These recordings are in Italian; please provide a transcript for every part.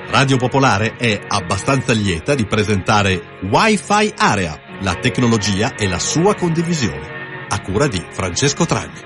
Radio Popolare è abbastanza lieta di presentare Wi-Fi Area, la tecnologia e la sua condivisione, a cura di Francesco Tragni.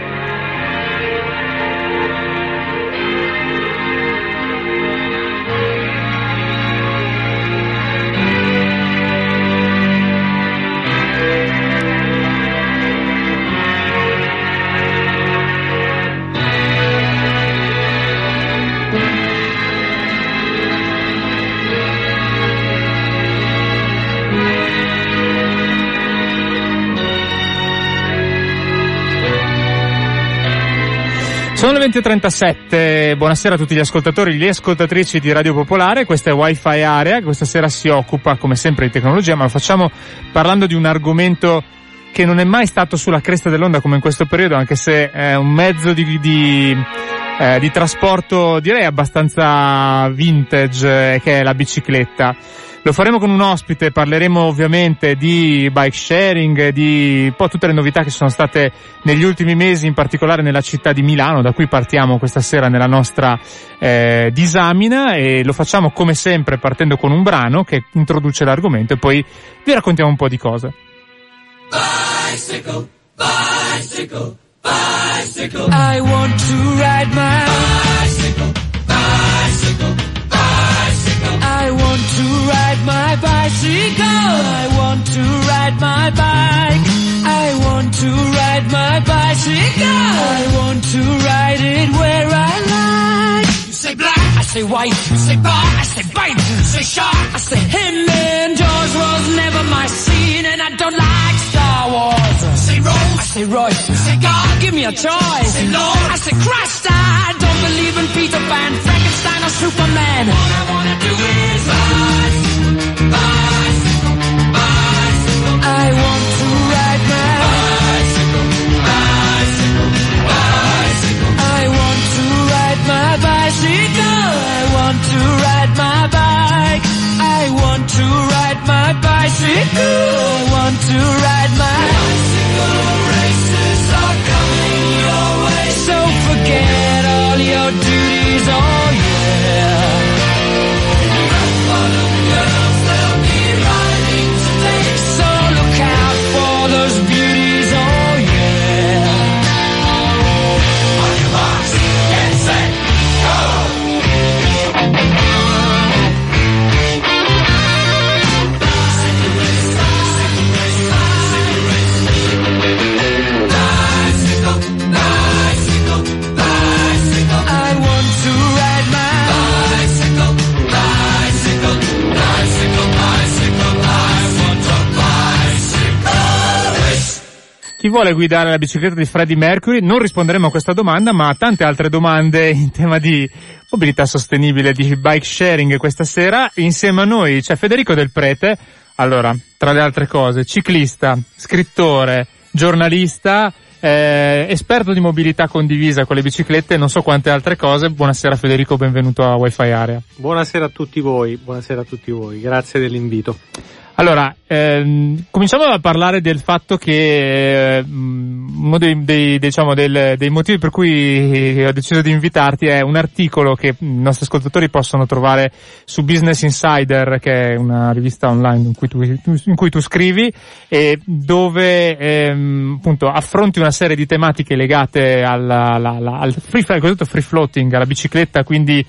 Sono le 20:37, buonasera a tutti gli ascoltatori e le ascoltatrici di Radio Popolare, questa è Wi-Fi Area, questa sera si occupa come sempre di tecnologia, ma lo facciamo parlando di un argomento che non è mai stato sulla cresta dell'onda come in questo periodo, anche se è un mezzo di trasporto direi abbastanza vintage, che è la bicicletta. Lo faremo con un ospite, parleremo ovviamente di bike sharing, di un po' tutte le novità che sono state negli ultimi mesi, in particolare nella città di Milano, da cui partiamo questa sera nella nostra disamina, e lo facciamo come sempre partendo con un brano che introduce l'argomento e poi vi raccontiamo un po' di cose. Bicycle, bicycle, bicycle. I want to ride my bicycle, bicycle, bicycle. I want to ride my bicycle. I want to ride my bike. I want to ride my bicycle. I want to ride it where I like. You say black, I say white. You say bar, I say bite. You say shark, I say him. And Jaws was never my scene, and I don't like Star Wars. You say Rose, I say Royce. You say God, give me a choice. Say Lord, I say Christ. I don't believe in Peter Pan, Frankenstein or Superman. All I wanna do is bicycle, bicycle, bicycle. I want to ride my bicycle, bicycle, bicycle. I want to ride my bicycle. I want to ride my bike. I want to ride my bicycle. I want to ride my bicycle. Races are coming your way, so forget all your duties. Oh yeah. Girls, they'll be riding today, so look out for those beauties. Oh yeah. On your marks, get set, go. Chi vuole guidare la bicicletta di Freddie Mercury? Non risponderemo a questa domanda, ma a tante altre domande in tema di mobilità sostenibile, di bike sharing questa sera. Insieme a noi c'è Federico Del Prete, allora, tra le altre cose, ciclista, scrittore, giornalista, esperto di mobilità condivisa con le biciclette e non so quante altre cose. Buonasera Federico, benvenuto a Wi-Fi Area. Buonasera a tutti voi, grazie dell'invito. Allora, cominciamo a parlare del fatto che uno dei motivi per cui ho deciso di invitarti è un articolo che i nostri ascoltatori possono trovare su Business Insider, che è una rivista online in cui tu scrivi, e dove appunto affronti una serie di tematiche legate al cosiddetto free floating, alla bicicletta, quindi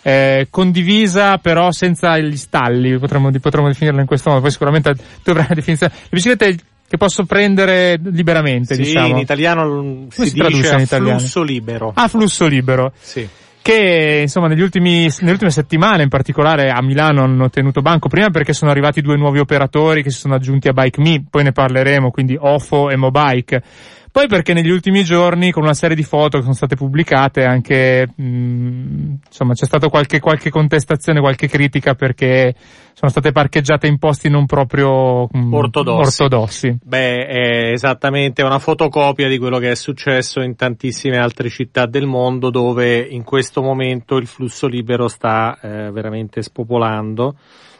condivisa però senza gli stalli, potremmo definirla in questo modo. Poi sicuramente tu avrai una definizione. Le biciclette che posso prendere liberamente, sì, diciamo. In italiano si dice a flusso libero. A flusso libero. Sì. Che insomma nelle ultime settimane, in particolare a Milano, hanno tenuto banco, prima perché sono arrivati 2 nuovi operatori che si sono aggiunti a Bike Me, poi ne parleremo, quindi Ofo e Mobike. Poi perché negli ultimi giorni, con una serie di foto che sono state pubblicate, anche insomma c'è stato qualche contestazione, qualche critica, perché sono state parcheggiate in posti non proprio ortodossi. Beh, è esattamente una fotocopia di quello che è successo in tantissime altre città del mondo, dove in questo momento il flusso libero sta veramente spopolando.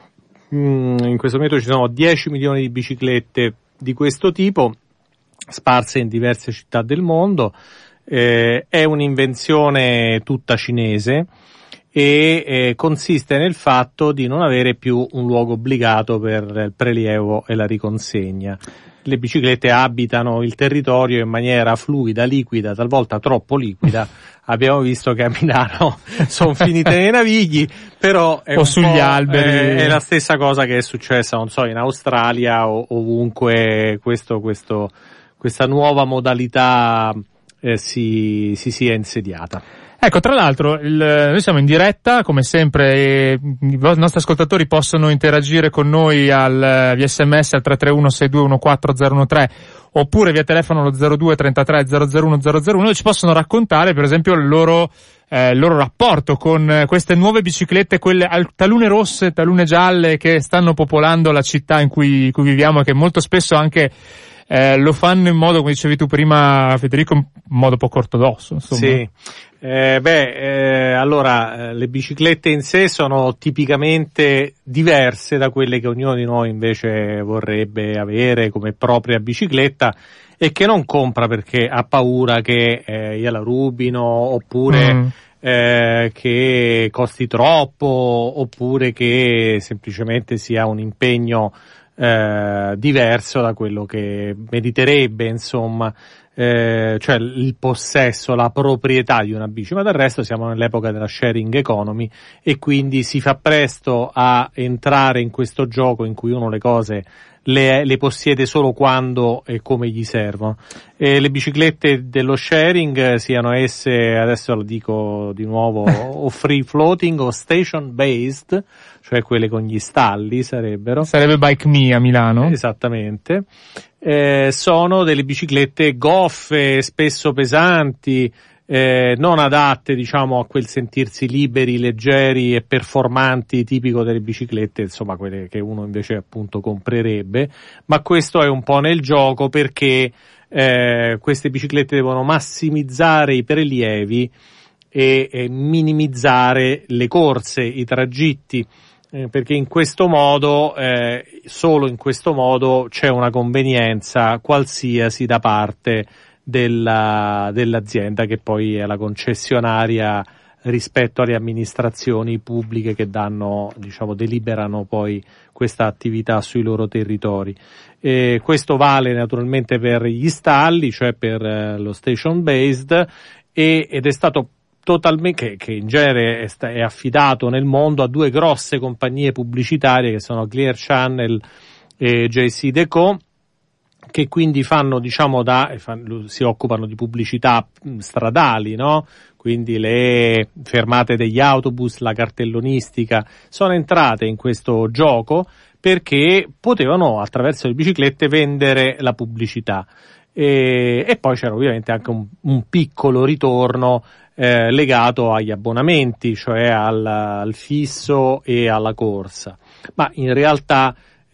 In questo momento ci sono 10 milioni di biciclette di questo tipo sparse in diverse città del mondo. È un'invenzione tutta cinese e consiste nel fatto di non avere più un luogo obbligato per il prelievo e la riconsegna. Le biciclette abitano il territorio in maniera fluida, liquida, talvolta troppo liquida. Abbiamo visto che a Milano sono finite nei navigli, però è o sugli alberi. È la stessa cosa che è successa, non so, in Australia o ovunque questa nuova modalità si sia insediata. Ecco, tra l'altro, noi siamo in diretta, come sempre, e i nostri ascoltatori possono interagire con noi via SMS al 331-6214013 oppure via telefono allo 02 33 001 001 e ci possono raccontare, per esempio, il loro rapporto con queste nuove biciclette, quelle talune rosse, talune gialle, che stanno popolando la città in cui viviamo e che molto spesso anche lo fanno in modo, come dicevi tu prima, Federico, in modo poco ortodosso, insomma. Sì. Allora, le biciclette in sé sono tipicamente diverse da quelle che ognuno di noi invece vorrebbe avere come propria bicicletta e che non compra perché ha paura che gliela rubino, oppure che costi troppo, oppure che semplicemente sia un impegno diverso da quello che meriterebbe, insomma. Cioè il possesso, la proprietà di una bici, ma del resto siamo nell'epoca della sharing economy e quindi si fa presto a entrare in questo gioco in cui uno le cose le possiede solo quando e come gli servono. Le biciclette dello sharing, siano esse, adesso lo dico di nuovo, o free floating o station based, cioè quelle con gli stalli sarebbe Bike Me a Milano. Esattamente. Sono delle biciclette goffe, spesso pesanti, non adatte, diciamo, a quel sentirsi liberi, leggeri e performanti tipico delle biciclette, insomma, quelle che uno invece appunto comprerebbe, ma questo è un po' nel gioco perché queste biciclette devono massimizzare i prelievi e minimizzare le corse, i tragitti, perché in questo modo, solo in questo modo c'è una convenienza qualsiasi da parte dell'azienda che poi è la concessionaria rispetto alle amministrazioni pubbliche che deliberano poi questa attività sui loro territori. Questo vale naturalmente per gli stalli, cioè per lo station based, ed è stato totalmente, che in genere è affidato nel mondo a due grosse compagnie pubblicitarie che sono Clear Channel e JCDecaux, che quindi si occupano di pubblicità stradali, no? Quindi le fermate degli autobus, la cartellonistica, sono entrate in questo gioco perché potevano attraverso le biciclette vendere la pubblicità. E poi c'era ovviamente anche un piccolo ritorno legato agli abbonamenti, cioè al fisso e alla corsa. Ma in realtà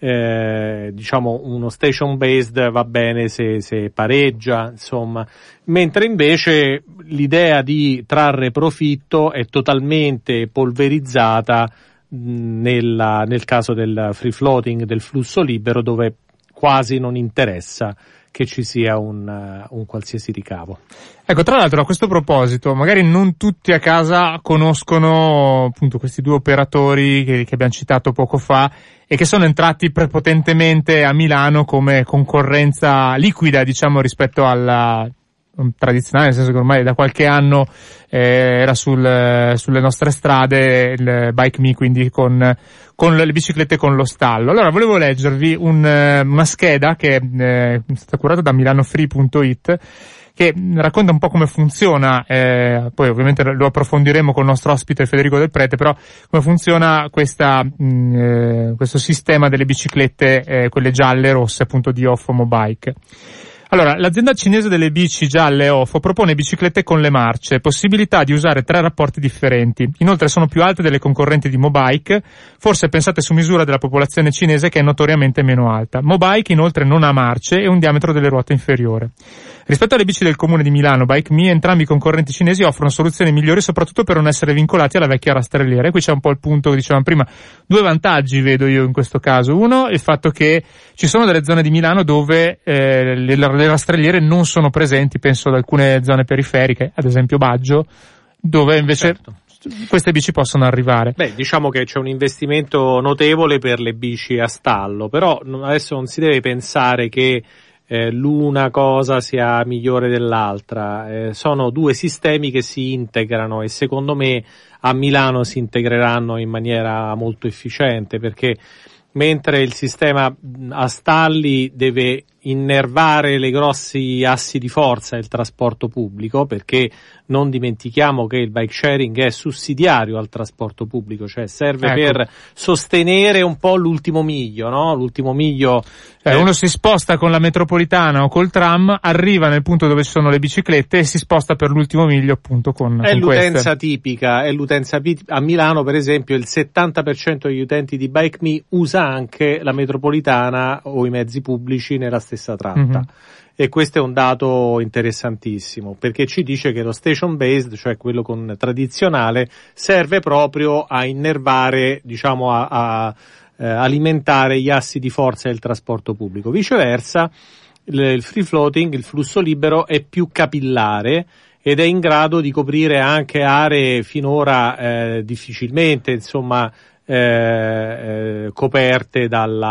uno station based va bene se pareggia, insomma, mentre invece l'idea di trarre profitto è totalmente polverizzata nel caso del free floating, del flusso libero, dove quasi non interessa che ci sia un qualsiasi ricavo. Ecco, tra l'altro, a questo proposito, magari non tutti a casa conoscono appunto questi due operatori che abbiamo citato poco fa e che sono entrati prepotentemente a Milano come concorrenza liquida, diciamo, rispetto alla tradizionale, nel senso che ormai da qualche anno era sulle nostre strade il Bike Me, quindi con le biciclette con lo stallo. Allora volevo leggervi una scheda che è stata curata da milanofree.it, che racconta un po' come funziona, poi ovviamente lo approfondiremo con il nostro ospite Federico Del Prete, però come funziona questo sistema delle biciclette, quelle gialle e rosse, appunto, di Ofo Mobike. Allora, l'azienda cinese delle bici gialle Ofo propone biciclette con le marce, possibilità di usare 3 rapporti differenti. Inoltre sono più alte delle concorrenti di Mobike, forse pensate su misura della popolazione cinese, che è notoriamente meno alta. Mobike inoltre non ha marce e un diametro delle ruote inferiore. Rispetto alle bici del comune di Milano, Bike Me, entrambi i concorrenti cinesi offrono soluzioni migliori, soprattutto per non essere vincolati alla vecchia rastrelliera. E qui c'è un po' il punto che dicevamo prima. 2 vantaggi vedo io in questo caso. Uno, il fatto che ci sono delle zone di Milano dove le rastrelliere non sono presenti, penso ad alcune zone periferiche, ad esempio Baggio, dove invece queste bici possono arrivare. Beh, diciamo che c'è un investimento notevole per le bici a stallo, però adesso non si deve pensare che l'una cosa sia migliore dell'altra, sono due sistemi che si integrano e secondo me a Milano si integreranno in maniera molto efficiente, perché mentre il sistema a stalli deve innervare le grossi assi di forza del trasporto pubblico, perché non dimentichiamo che il bike sharing è sussidiario al trasporto pubblico, cioè serve per sostenere un po' l'ultimo miglio, no? L'ultimo miglio. Uno si sposta con la metropolitana o col tram, arriva nel punto dove ci sono le biciclette e si sposta per l'ultimo miglio appunto con l'utenza queste. tipica, è l'utenza a Milano per esempio il 70% degli utenti di BikeMe usa anche la metropolitana o i mezzi pubblici nella stessa tratta. Mm-hmm. E questo è un dato interessantissimo, perché ci dice che lo station based, cioè quello tradizionale, serve proprio a innervare, diciamo a alimentare gli assi di forza del trasporto pubblico. Viceversa, il free floating, il flusso libero, è più capillare ed è in grado di coprire anche aree finora difficilmente, insomma, coperte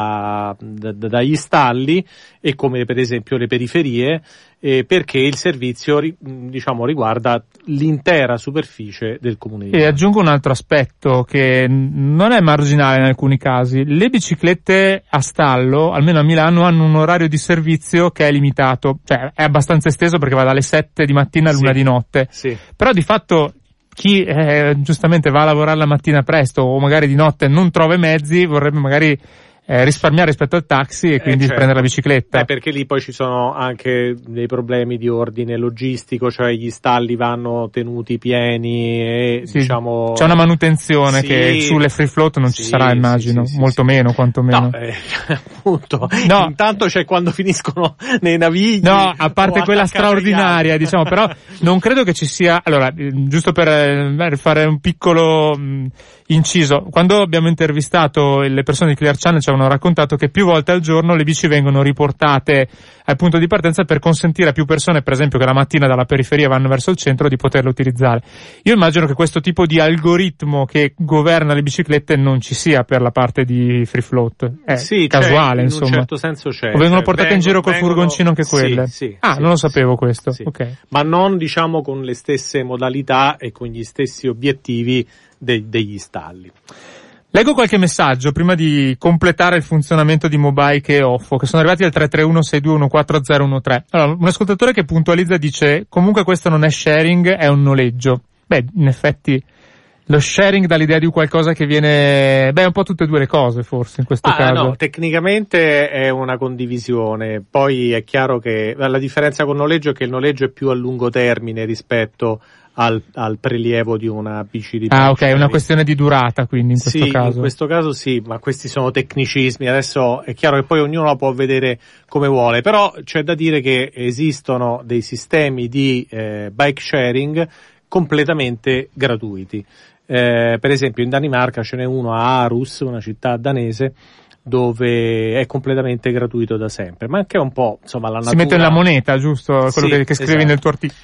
dagli stalli, e come per esempio le periferie, perché il servizio diciamo riguarda l'intera superficie del comune di Milano. E aggiungo un altro aspetto che non è marginale in alcuni casi: le biciclette a stallo, almeno a Milano, hanno un orario di servizio che è limitato, cioè è abbastanza esteso perché va dalle 7 di mattina all'1 di notte, però di fatto chi giustamente va a lavorare la mattina presto o magari di notte non trova i mezzi, vorrebbe magari risparmiare rispetto al taxi e quindi prendere la bicicletta. Perché lì poi ci sono anche dei problemi di ordine logistico, cioè gli stalli vanno tenuti pieni e diciamo c'è una manutenzione che sulle free float non ci sarà, immagino, molto meno, quantomeno. No, appunto. No. Intanto c'è quando finiscono nei navigli. No, a parte quella straordinaria, diciamo, però non credo che ci sia. Allora, giusto per fare un piccolo inciso, quando abbiamo intervistato le persone di Clear Channel ci avevano raccontato che più volte al giorno le bici vengono riportate al punto di partenza per consentire a più persone, per esempio, che la mattina dalla periferia vanno verso il centro, di poterle utilizzare. Io immagino che questo tipo di algoritmo che governa le biciclette non ci sia per la parte di free float. È casuale, insomma. In un certo senso c'è. O vengono portate in giro col furgoncino anche quelle? Non lo sapevo questo. Sì. Okay. Ma non, diciamo, con le stesse modalità e con gli stessi obiettivi degli stalli. Leggo qualche messaggio prima di completare il funzionamento di Mobike e Offo, che sono arrivati al 331-6214013. Allora, un ascoltatore che puntualizza dice: comunque questo non è sharing, è un noleggio. Beh, in effetti lo sharing dà l'idea di qualcosa che viene, un po' tutte e due le cose, forse, in questo caso. No, tecnicamente è una condivisione. Poi è chiaro che la differenza con noleggio è che il noleggio è più a lungo termine rispetto al prelievo di una bici di ok, è una questione di durata, quindi in questo caso. Sì, in questo caso sì, ma questi sono tecnicismi. Adesso è chiaro che poi ognuno la può vedere come vuole, però c'è da dire che esistono dei sistemi di bike sharing completamente gratuiti. Per esempio in Danimarca ce n'è uno a Aarhus, una città danese, dove è completamente gratuito da sempre, ma anche un po', insomma, la natura. Si mette la moneta, giusto? Quello che scrivi nel tuo articolo.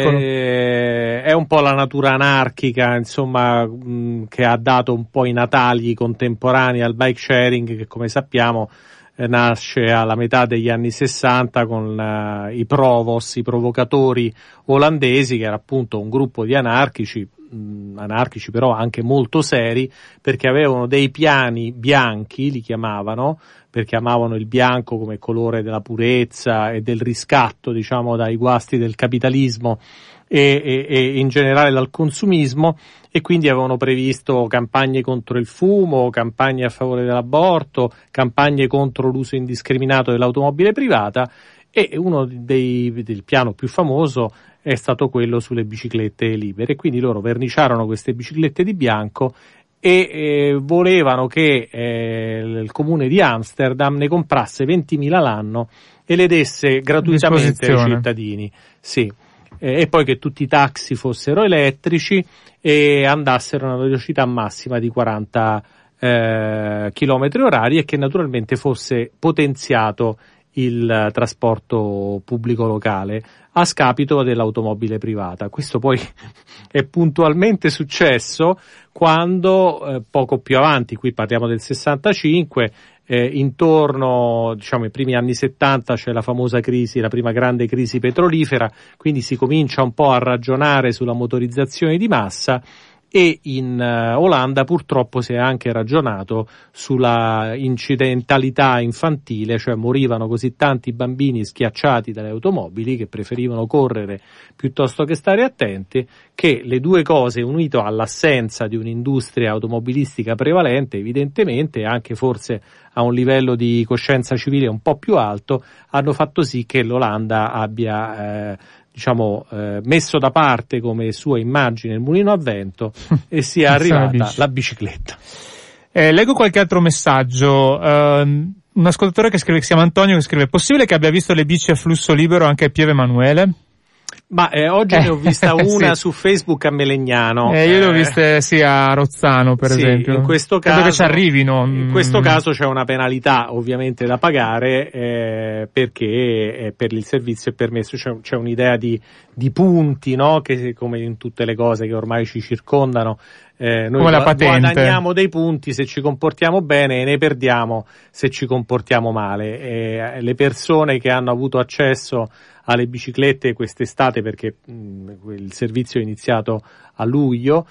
È un po' la natura anarchica, insomma, che ha dato un po' i natali contemporanei al bike sharing, che come sappiamo nasce alla metà degli anni 60 con i Provos, i provocatori olandesi, che era appunto un gruppo di anarchici però anche molto seri, perché avevano dei piani bianchi, li chiamavano, perché amavano il bianco come colore della purezza e del riscatto, diciamo, dai guasti del capitalismo e in generale dal consumismo, e quindi avevano previsto campagne contro il fumo, campagne a favore dell'aborto, campagne contro l'uso indiscriminato dell'automobile privata, e uno del piano più famoso è stato quello sulle biciclette libere. Quindi loro verniciarono queste biciclette di bianco e volevano che il comune di Amsterdam ne comprasse 20.000 l'anno e le desse gratuitamente ai cittadini. Sì. E poi che tutti i taxi fossero elettrici e andassero a una velocità massima di 40 km orari, e che naturalmente fosse potenziato il trasporto pubblico locale a scapito dell'automobile privata. Questo poi è puntualmente successo quando poco più avanti, qui parliamo del 65, intorno, diciamo, ai primi anni 70 c'è la famosa crisi, la prima grande crisi petrolifera, quindi si comincia un po' a ragionare sulla motorizzazione di massa, e in Olanda purtroppo si è anche ragionato sulla incidentalità infantile, cioè morivano così tanti bambini schiacciati dalle automobili che preferivano correre piuttosto che stare attenti, che le due cose, unito all'assenza di un'industria automobilistica prevalente, evidentemente, e anche forse a un livello di coscienza civile un po' più alto, hanno fatto sì che l'Olanda abbia messo da parte come sua immagine il mulino a vento e sia arrivata la bicicletta. Leggo qualche altro messaggio. Un ascoltatore che scrive, che si chiama Antonio, che scrive: possibile che abbia visto le bici a flusso libero anche a Pieve Emanuele? Ma oggi ne ho vista una sì. su Facebook a Melegnano. Io le ho viste a Rozzano, per esempio. In questo caso, credo che ci arrivino. In questo caso c'è una penalità ovviamente da pagare, perché per il servizio è permesso, c'è un'idea di punti, no? Che come in tutte le cose che ormai ci circondano, noi come la patente. Guadagniamo dei punti se ci comportiamo bene e ne perdiamo se ci comportiamo male. Le persone che hanno avuto accesso alle biciclette quest'estate, perché il servizio è iniziato a luglio,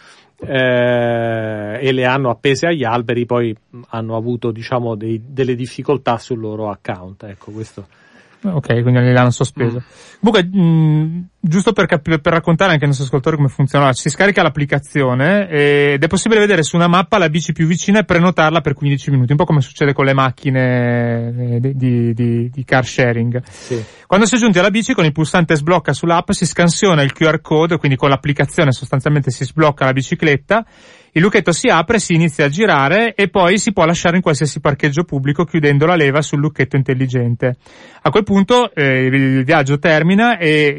e le hanno appese agli alberi, poi hanno avuto delle difficoltà sul loro account, ecco, questo. Ok, quindi le hanno sospeso. Comunque, giusto per raccontare anche ai nostri ascoltatori come funziona, si scarica l'applicazione ed è possibile vedere su una mappa la bici più vicina e prenotarla per 15 minuti, un po' come succede con le macchine di car sharing. Sì. Quando si è giunti alla bici, con il pulsante sblocca sull'app si scansiona il QR code, quindi con l'applicazione sostanzialmente si sblocca la bicicletta, il lucchetto si apre, si inizia a girare e poi si può lasciare in qualsiasi parcheggio pubblico chiudendo la leva sul lucchetto intelligente. A quel punto il viaggio termina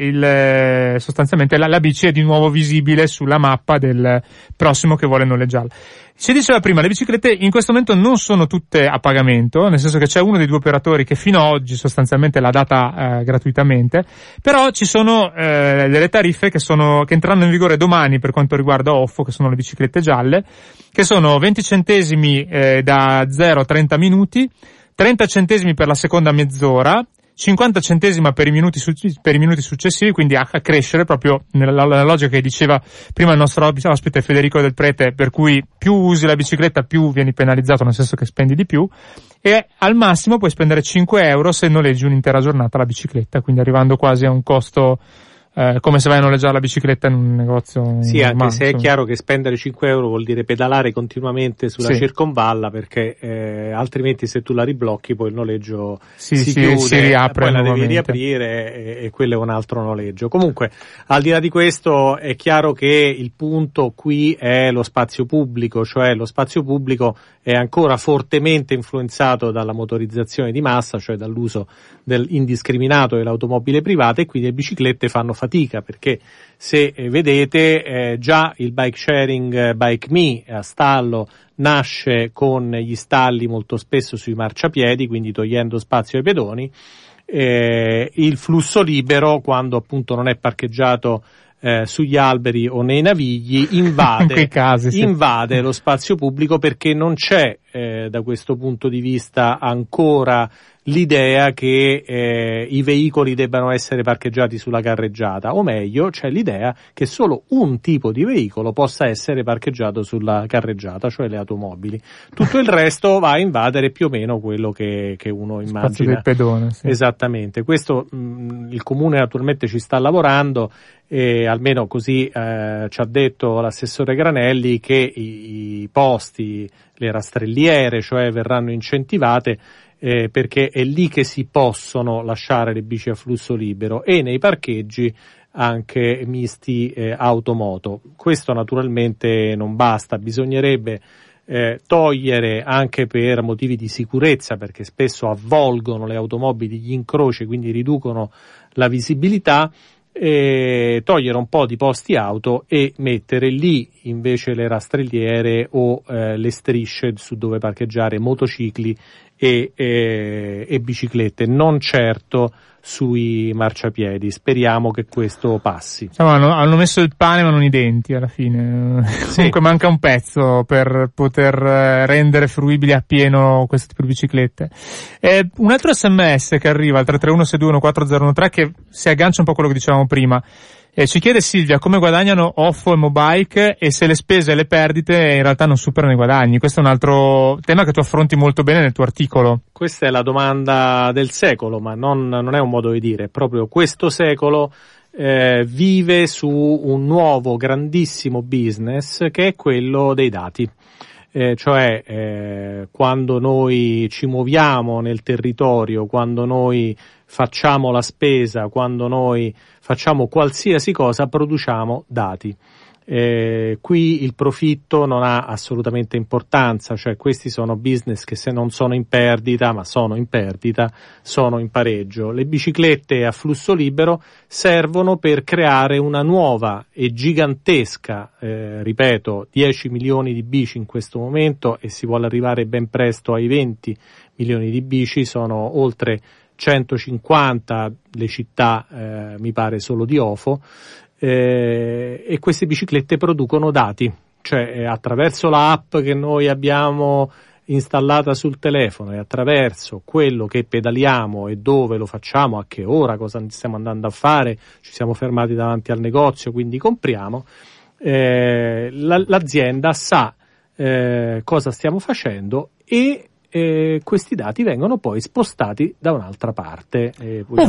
e sostanzialmente la bici è di nuovo visibile sulla mappa del prossimo che vuole noleggiarla. Si diceva prima, le biciclette in questo momento non sono tutte a pagamento, nel senso che c'è uno dei due operatori che fino ad oggi sostanzialmente l'ha data gratuitamente, però ci sono delle tariffe che entreranno in vigore domani per quanto riguarda Offo, che sono le biciclette gialle, che sono 20 centesimi da 0 a 30 minuti, 30 centesimi per la seconda mezz'ora, 50 centesimi per i minuti successivi, quindi a crescere proprio nella logica che diceva prima il nostro ospite Federico Del Prete, per cui più usi la bicicletta più vieni penalizzato, nel senso che spendi di più, e al massimo puoi spendere 5 euro se noleggi un'intera giornata la bicicletta, quindi arrivando quasi a un costo come se vai a noleggiare la bicicletta in un negozio. Sì, anche se è chiaro che spendere 5 euro vuol dire pedalare continuamente sulla circonvalla, perché altrimenti se tu la riblocchi poi il noleggio si chiude, si riapre, poi la nuovamente. devi riaprire e quello è un altro noleggio. Comunque, al di là di questo, è chiaro che il punto qui è lo spazio pubblico, cioè lo spazio pubblico è ancora fortemente influenzato dalla motorizzazione di massa, cioè dall'uso indiscriminato dell'automobile privata, e quindi le biciclette fanno fatica, perché se vedete già il bike sharing Bike Me a Stallo nasce con gli stalli molto spesso sui marciapiedi, quindi togliendo spazio ai pedoni. Il flusso libero, quando appunto non è parcheggiato sugli alberi o nei navigli, invade lo spazio pubblico, perché non c'è da questo punto di vista ancora l'idea che i veicoli debbano essere parcheggiati sulla carreggiata, o meglio c'è l'idea che solo un tipo di veicolo possa essere parcheggiato sulla carreggiata, cioè le automobili. Tutto il resto va a invadere più o meno quello che uno immagina. Spazio del pedone, sì. Esattamente. Questo il Comune naturalmente ci sta lavorando, e almeno così ci ha detto l'assessore Granelli, che i posti, le rastrelliere, cioè verranno incentivate, perché è lì che si possono lasciare le bici a flusso libero, e nei parcheggi anche misti automoto. Questo naturalmente non basta, bisognerebbe togliere, anche per motivi di sicurezza, perché spesso avvolgono le automobili gli incroci, quindi riducono la visibilità, togliere un po' di posti auto e mettere lì invece le rastrelliere o le strisce su dove parcheggiare motocicli e biciclette, non certo sui marciapiedi. Speriamo che questo passi. Hanno messo il pane ma non i denti alla fine. Sì. Comunque manca un pezzo per poter rendere fruibili appieno questo tipo di biciclette. Un altro SMS che arriva al 331-621-4013 che si aggancia un po' a quello che dicevamo prima. Ci chiede Silvia come guadagnano Ofo e Mobike e se le spese e le perdite in realtà non superano i guadagni. Questo è un altro tema che tu affronti molto bene nel tuo articolo. Questa è la domanda del secolo, ma non è un modo di dire, proprio questo secolo vive su un nuovo grandissimo business che è quello dei dati. Quando noi ci muoviamo nel territorio, quando noi facciamo la spesa, quando noi facciamo qualsiasi cosa, produciamo dati. Qui il profitto non ha assolutamente importanza, cioè questi sono business che se non sono in perdita, ma sono in perdita, sono in pareggio. Le biciclette a flusso libero servono per creare una nuova e gigantesca, 10 milioni di bici in questo momento e si vuole arrivare ben presto ai 20 milioni di bici, sono oltre 150 le città, mi pare solo di Ofo, e queste biciclette producono dati, cioè attraverso l'app che noi abbiamo installata sul telefono e attraverso quello che pedaliamo e dove lo facciamo, a che ora, cosa stiamo andando a fare, ci siamo fermati davanti al negozio, quindi compriamo, l'azienda sa cosa stiamo facendo e questi dati vengono poi spostati da un'altra parte. O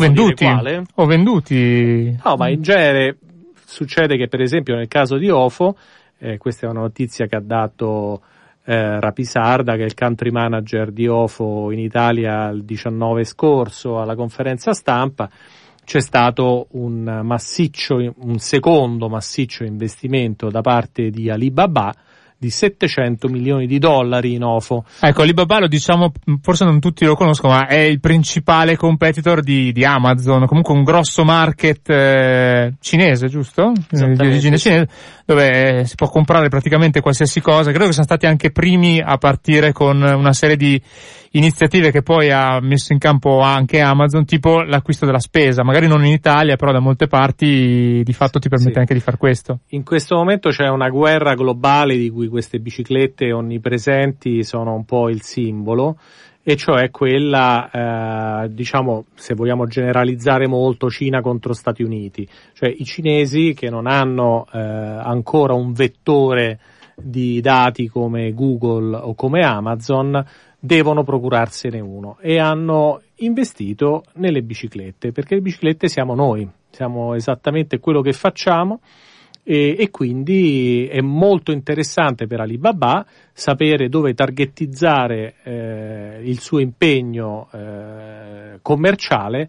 venduti. No, ma in genere succede che per esempio nel caso di Ofo, questa è una notizia che ha dato Rapisarda, che è il country manager di Ofo in Italia il 19 scorso alla conferenza stampa, c'è stato un secondo massiccio investimento da parte di Alibaba di $700 milioni in Ofo. Ecco, Alibaba, lo diciamo, forse non tutti lo conoscono, ma è il principale competitor di Amazon, comunque un grosso market cinese, giusto? Di origine cinese, dove si può comprare praticamente qualsiasi cosa. Credo che siano stati anche primi a partire con una serie di iniziative che poi ha messo in campo anche Amazon, tipo l'acquisto della spesa, magari non in Italia, però da molte parti di fatto ti permette anche di far questo. In questo momento c'è una guerra globale di cui queste biciclette onnipresenti sono un po' il simbolo, e cioè quella, se vogliamo generalizzare molto, Cina contro Stati Uniti, cioè i cinesi che non hanno ancora un vettore di dati come Google o come Amazon devono procurarsene uno e hanno investito nelle biciclette, perché le biciclette siamo noi, siamo esattamente quello che facciamo e quindi è molto interessante per Alibaba sapere dove targetizzare il suo impegno commerciale.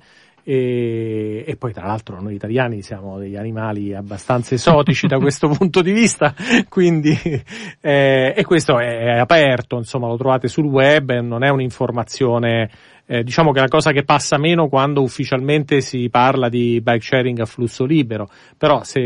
E poi tra l'altro noi italiani siamo degli animali abbastanza esotici da questo punto di vista, quindi e questo è aperto, insomma lo trovate sul web, non è un'informazione, diciamo che è la cosa che passa meno quando ufficialmente si parla di bike sharing a flusso libero, però se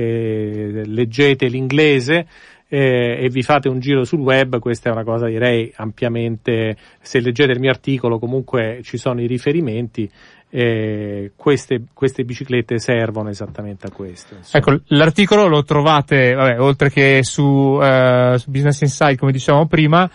leggete l'inglese e vi fate un giro sul web, questa è una cosa direi ampiamente, se leggete il mio articolo comunque ci sono i riferimenti. Queste biciclette servono esattamente a questo, insomma. Ecco, l'articolo lo trovate, oltre che su Business Insider, come dicevamo prima,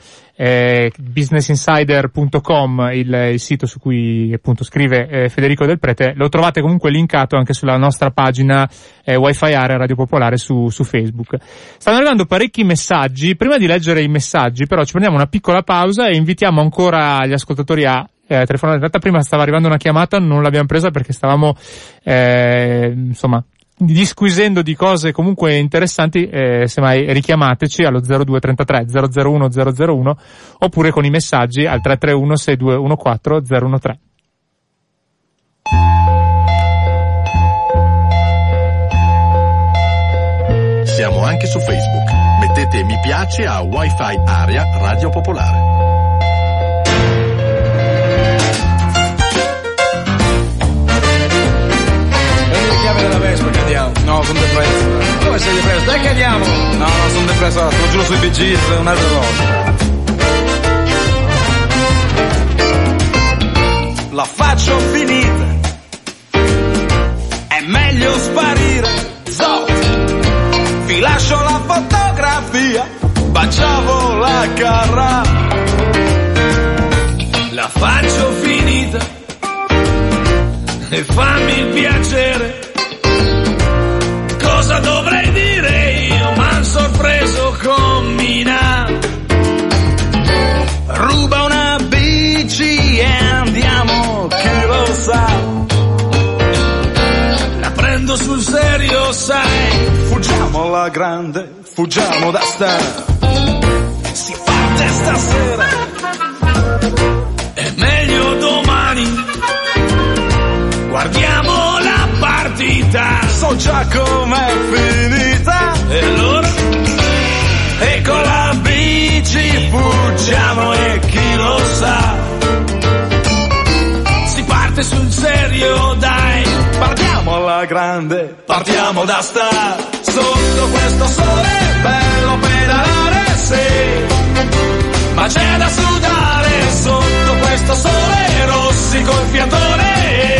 businessinsider.com, il sito su cui appunto scrive Federico Del Prete, lo trovate comunque linkato anche sulla nostra pagina Wi-Fi Area Radio Popolare su Facebook. Stanno arrivando parecchi messaggi. Prima di leggere i messaggi però ci prendiamo una piccola pausa e invitiamo ancora gli ascoltatori a telefonare. In realtà prima stava arrivando una chiamata, non l'abbiamo presa perché stavamo disquisendo di cose comunque interessanti, semmai richiamateci allo 0233 001 001 oppure con i messaggi al 331 6214 013. Siamo anche su Facebook. Mettete mi piace a Wi-Fi Area Radio Popolare. Della Vespa che andiamo. No, sono depresso. Come sei depresso? Dai che andiamo. No, sono depresso, te lo giuro sui Bee Gees, un'altra cosa. la faccio finita, è meglio sparire. Zot, vi lascio la fotografia, baciavo la carra, la faccio finita e fammi il piacere. Cosa dovrei dire io? M'han sorpreso con Mina. Ruba una bici e andiamo, chi lo sa. La prendo sul serio, sai. Fuggiamo alla grande, fuggiamo da star. Si parte stasera, è meglio domani. Guardiamo la partita, so già com'è finita. E allora? E con la bici fuggiamo e chi lo sa. Si parte sul serio, dai. Partiamo alla grande, partiamo da star. Sotto questo sole bello pedalare, sì. Ma c'è da sudare sotto questo sole, rossi col fiatone.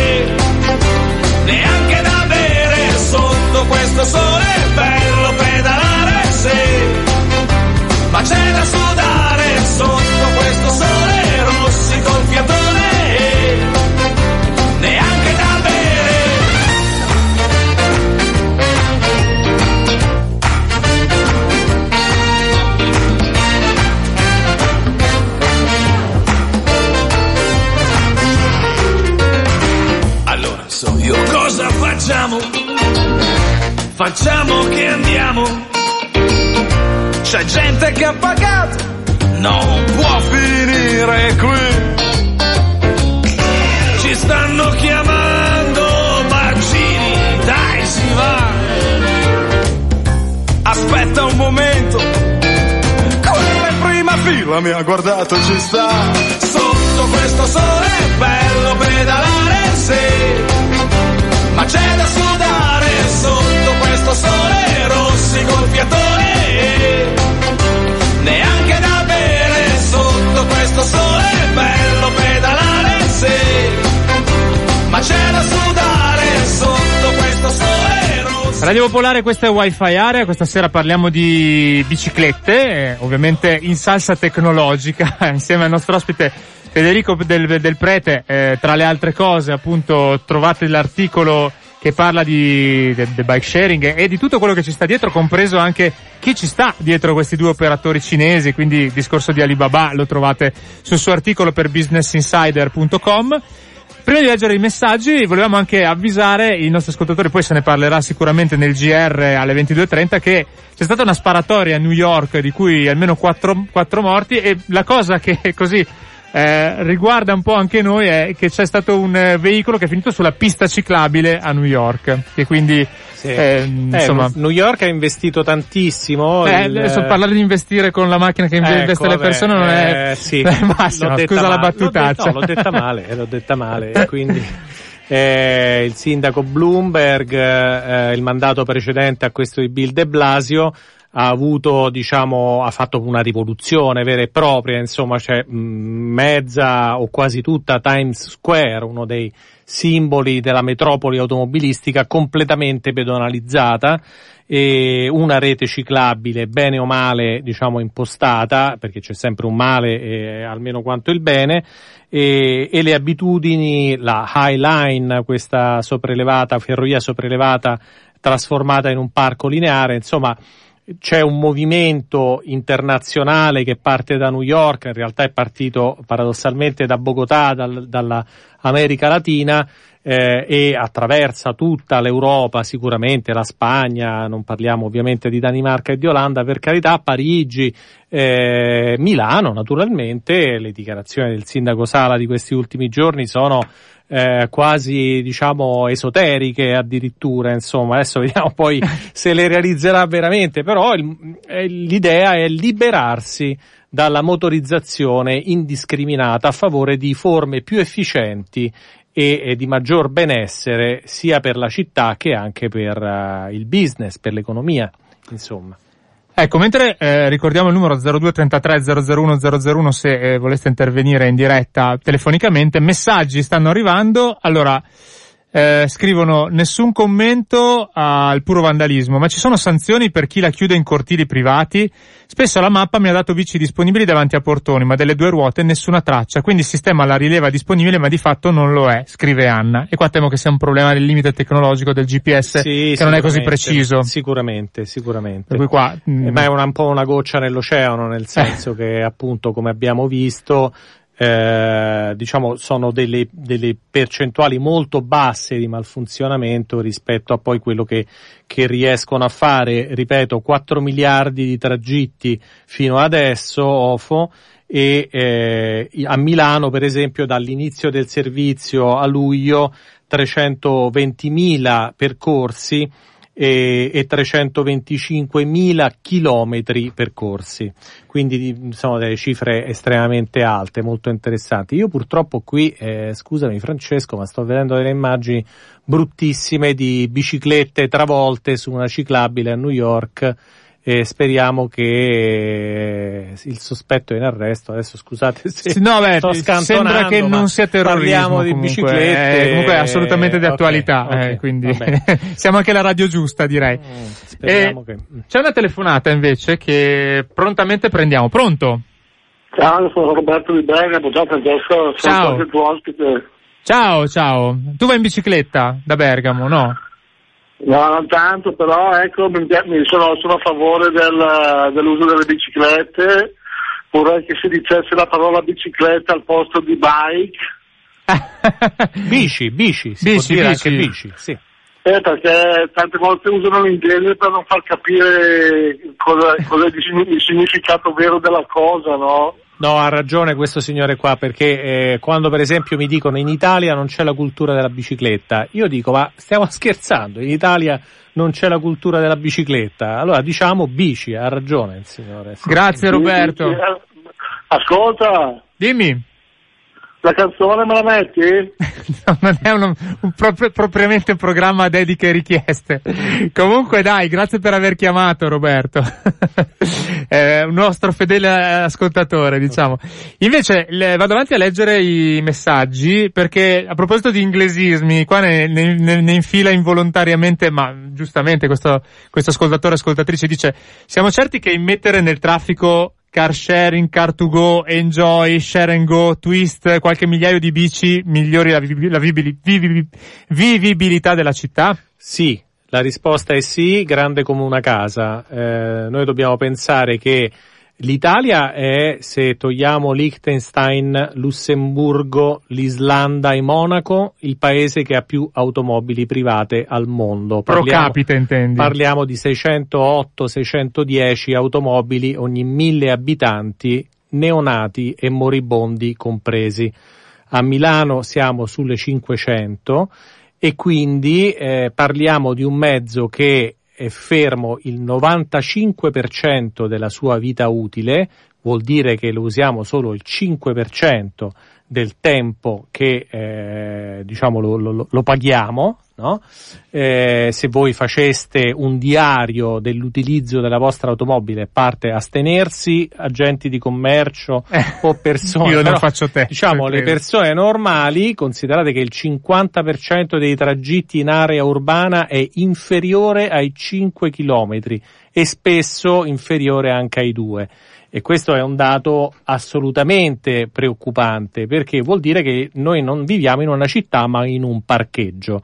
Neanche da bere sotto questo sole, bello pedalare, sì. Ma c'è da sudare sotto questo sole, rossi col fiatone. Neanche da bere. Allora so io cosa facciamo? Facciamo che andiamo. C'è gente che ha pagato, non può finire qui. Ci stanno chiamando bacini, dai si va. Aspetta un momento, quella in prima fila mi ha guardato, ci sta. Sotto questo sole bello pedalare, sì. Ma c'è da sudare sotto questo sole, rossi col fiatone. Neanche da bere sotto questo sole, bello pedalare, sì. Ma c'è da sudare sotto questo sole, rossi. Radio Popolare, questa è Wi-Fi Area. Questa sera parliamo di biciclette, ovviamente in salsa tecnologica, insieme al nostro ospite Federico del Prete. Tra le altre cose, appunto, trovate l'articolo che parla del bike sharing e di tutto quello che ci sta dietro, compreso anche chi ci sta dietro questi due operatori cinesi, quindi il discorso di Alibaba lo trovate sul suo articolo per businessinsider.com. Prima di leggere i messaggi volevamo anche avvisare i nostri ascoltatori, poi se ne parlerà sicuramente nel GR alle 22:30, che c'è stata una sparatoria a New York di cui almeno 4 morti, e la cosa che così riguarda un po' anche noi è che c'è stato un veicolo che è finito sulla pista ciclabile a New York, che quindi sì. Insomma, New York ha investito tantissimo. Parlare di investire con la macchina che investe le persone non è sì. Basta, scusa la battutaccia. L'ho detta male quindi il sindaco Bloomberg, il mandato precedente a questo di Bill de Blasio, ha fatto una rivoluzione vera e propria, insomma, c'è mezza o quasi tutta Times Square, uno dei simboli della metropoli automobilistica, completamente pedonalizzata, e una rete ciclabile bene o male, impostata, perché c'è sempre un male almeno quanto il bene, e le abitudini, la High Line, questa ferrovia sopraelevata trasformata in un parco lineare, insomma. C'è un movimento internazionale che parte da New York, in realtà è partito paradossalmente da Bogotà, dalla America Latina, e attraversa tutta l'Europa, sicuramente la Spagna, non parliamo ovviamente di Danimarca e di Olanda, per carità, Parigi, Milano naturalmente. Le dichiarazioni del sindaco Sala di questi ultimi giorni sono quasi esoteriche addirittura, insomma, adesso vediamo poi se le realizzerà veramente, però l'idea è liberarsi dalla motorizzazione indiscriminata a favore di forme più efficienti e di maggior benessere sia per la città che anche per il business, per l'economia, insomma. Ecco, mentre ricordiamo il numero 0233 001 001 se voleste intervenire in diretta telefonicamente, messaggi stanno arrivando. Allora, scrivono: nessun commento al puro vandalismo, ma ci sono sanzioni per chi la chiude in cortili privati? Spesso la mappa mi ha dato bici disponibili davanti a portoni, ma delle 2 ruote nessuna traccia, quindi il sistema la rileva disponibile ma di fatto non lo è, scrive Anna. E qua temo che sia un problema del limite tecnologico del GPS, sì, che non è così preciso. Sicuramente. Per cui qua, ma è un po' una goccia nell'oceano, nel senso che appunto, come abbiamo visto, diciamo sono delle percentuali molto basse di malfunzionamento rispetto a poi quello che riescono a fare, ripeto, 4 miliardi di tragitti fino adesso, OFO, e a Milano per esempio dall'inizio del servizio a luglio 320.000 percorsi e 325.000 chilometri percorsi, quindi sono delle cifre estremamente alte, molto interessanti. Io purtroppo qui, scusami Francesco, ma sto vedendo delle immagini bruttissime di biciclette travolte su una ciclabile a New York, e speriamo che il sospetto è in arresto. Adesso scusate se sto scantonando, sembra che non sia terrorismo, parliamo di comunque, biciclette, comunque è assolutamente di attualità, okay, quindi siamo anche la radio giusta, direi. Speriamo che... C'è una telefonata invece che prontamente prendiamo. Pronto? Ciao, sono Roberto di Bergamo. Ciao Francesco, sono il tuo ospite. Ciao. Tu vai in bicicletta da Bergamo, no? No, non tanto, però ecco, sono a favore dell'uso delle biciclette. Vorrei che si dicesse la parola bicicletta al posto di bike. bici, può dire anche bici, sì. Perché tante volte usano l'inglese per non far capire cosa è il significato vero della cosa, no? No, ha ragione questo signore qua, perché quando per esempio mi dicono in Italia non c'è la cultura della bicicletta, io dico ma stiamo scherzando, in Italia non c'è la cultura della bicicletta, allora diciamo bici, ha ragione il signore. Sì. Grazie Roberto. Ascolta. Dimmi. La canzone me la metti? No, non è propriamente un programma a dediche e richieste. Comunque dai, grazie per aver chiamato Roberto. Un nostro fedele ascoltatore, diciamo. Invece vado avanti a leggere i messaggi, perché a proposito di inglesismi, qua ne infila involontariamente, ma giustamente questo ascoltatrice dice: siamo certi che immettere nel traffico car sharing, car to go, enjoy, share and go, twist, qualche migliaio di bici migliori la vivibilità della città? Sì, la risposta è sì, grande come una casa. Noi dobbiamo pensare che l'Italia è, se togliamo Liechtenstein, Lussemburgo, l'Islanda e Monaco, il paese che ha più automobili private al mondo. Pro capite intendi? Parliamo di 608-610 automobili ogni 1000 abitanti, neonati e moribondi compresi. A Milano siamo sulle 500 e quindi parliamo di un mezzo che è fermo il 95% della sua vita utile, vuol dire che lo usiamo solo il 5% del tempo che diciamo lo paghiamo, no? Se voi faceste un diario dell'utilizzo della vostra automobile, parte astenersi, agenti di commercio o persone, io non faccio te, diciamo le persone normali, considerate che il 50% dei tragitti in area urbana è inferiore ai 5 chilometri e spesso inferiore anche ai 2. E questo è un dato assolutamente preoccupante, perché vuol dire che noi non viviamo in una città ma in un parcheggio.